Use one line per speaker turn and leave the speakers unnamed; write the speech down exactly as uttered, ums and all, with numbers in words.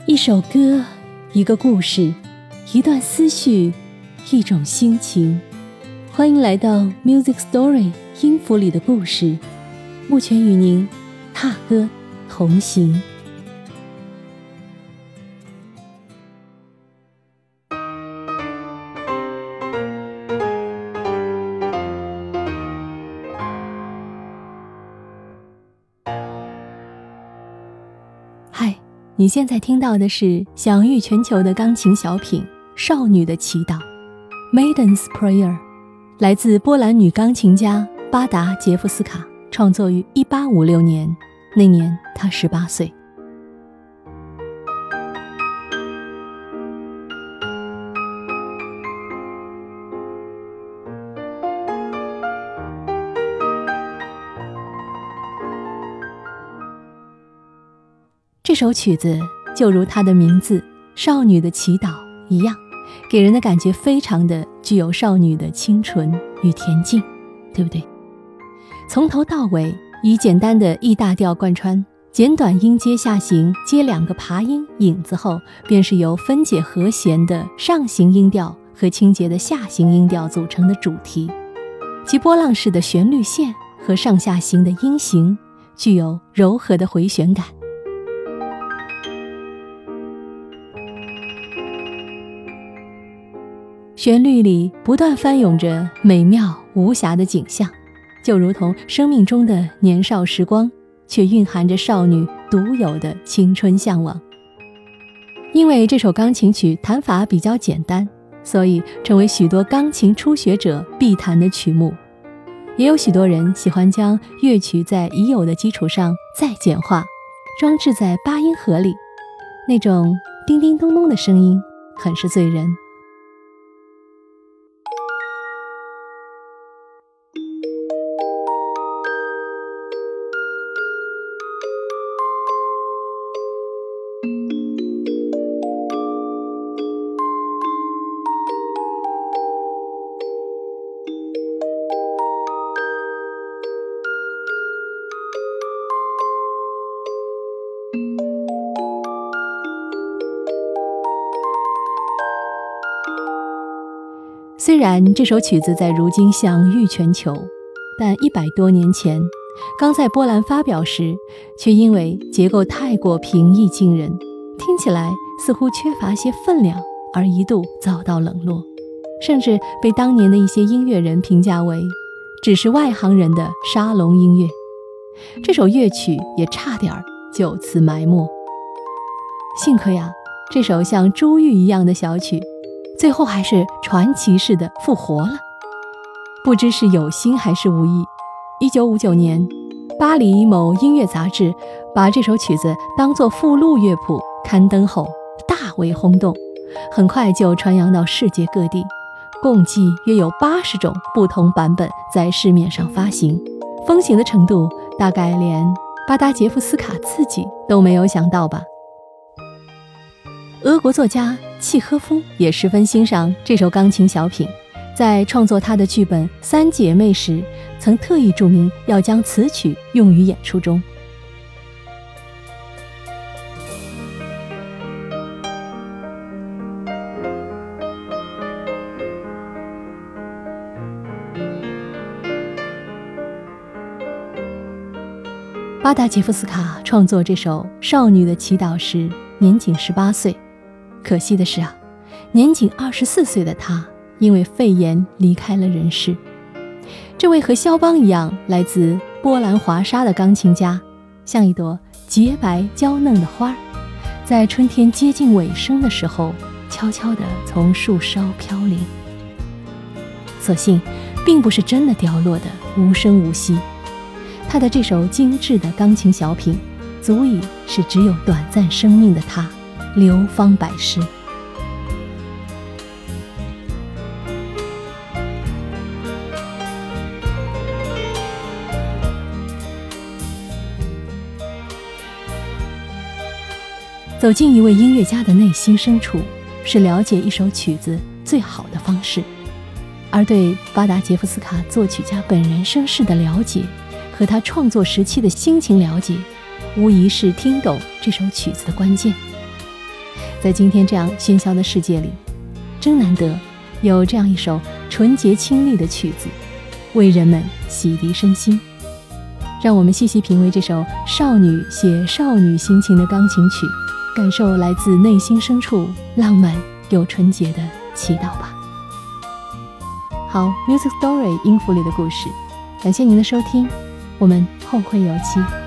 一首歌，一个故事，一段思绪，一种心情。欢迎来到 Music Story 音符里的故事，目前与您踏歌同行。嗨，你现在听到的是享誉全球的钢琴小品《少女的祈祷》 Maiden's Prayer， 来自波兰女钢琴家巴达杰夫斯卡，创作于一八五六年，那年她十八岁。这首曲子就如它的名字《少女的祈祷》一样，给人的感觉非常的具有少女的清纯与恬静，对不对？从头到尾以简单的 E 大调贯穿，简短音阶下行接两个爬音影子后，便是由分解和弦的上行音调和清洁的下行音调组成的主题，其波浪式的旋律线和上下行的音型具有柔和的回旋感。旋律里不断翻涌着美妙无瑕的景象，就如同生命中的年少时光，却蕴含着少女独有的青春向往。因为这首钢琴曲弹法比较简单，所以成为许多钢琴初学者必弹的曲目。也有许多人喜欢将乐曲在已有的基础上再简化，装置在八音盒里，那种叮叮咚咚的声音很是醉人。虽然这首曲子在如今享誉全球，但一百多年前刚在波兰发表时，却因为结构太过平易近人，听起来似乎缺乏些分量，而一度遭到冷落，甚至被当年的一些音乐人评价为只是外行人的沙龙音乐。这首乐曲也差点就此埋没。幸亏啊，这首像珠玉一样的小曲最后还是传奇式的复活了，不知是有心还是无意。一九五九年，巴黎某音乐杂志把这首曲子当作附录乐谱刊登后，大为轰动，很快就传扬到世界各地，共计约有八十种不同版本在市面上发行，风行的程度大概连巴达杰夫斯卡自己都没有想到吧。俄国作家契诃夫也十分欣赏这首钢琴小品，在创作他的剧本《三姐妹》时，曾特意注明要将此曲用于演出中。巴达杰夫斯卡创作这首《少女的祈祷》时，年仅十八岁。可惜的是啊，年仅二十四岁的他因为肺炎离开了人世。这位和肖邦一样来自波兰华沙的钢琴家，像一朵洁白娇嫩的花，在春天接近尾声的时候，悄悄地从树梢飘零。所幸并不是真的掉落的无声无息，他的这首精致的钢琴小品，足以使只有短暂生命的他流芳百世。走进一位音乐家的内心深处，是了解一首曲子最好的方式。而对巴达杰夫斯卡作曲家本人身世的了解和他创作时期的心情了解，无疑是听懂这首曲子的关键。 在今天这样喧嚣的世界里，真难得有这样一首纯洁清丽的曲子，为人们洗涤身心。让我们细细品味这首少女写少女心情的钢琴曲，感受来自内心深处浪漫又纯洁的祈祷吧。好， Music Story 音符里的故事，感谢您的收听，我们后会有期。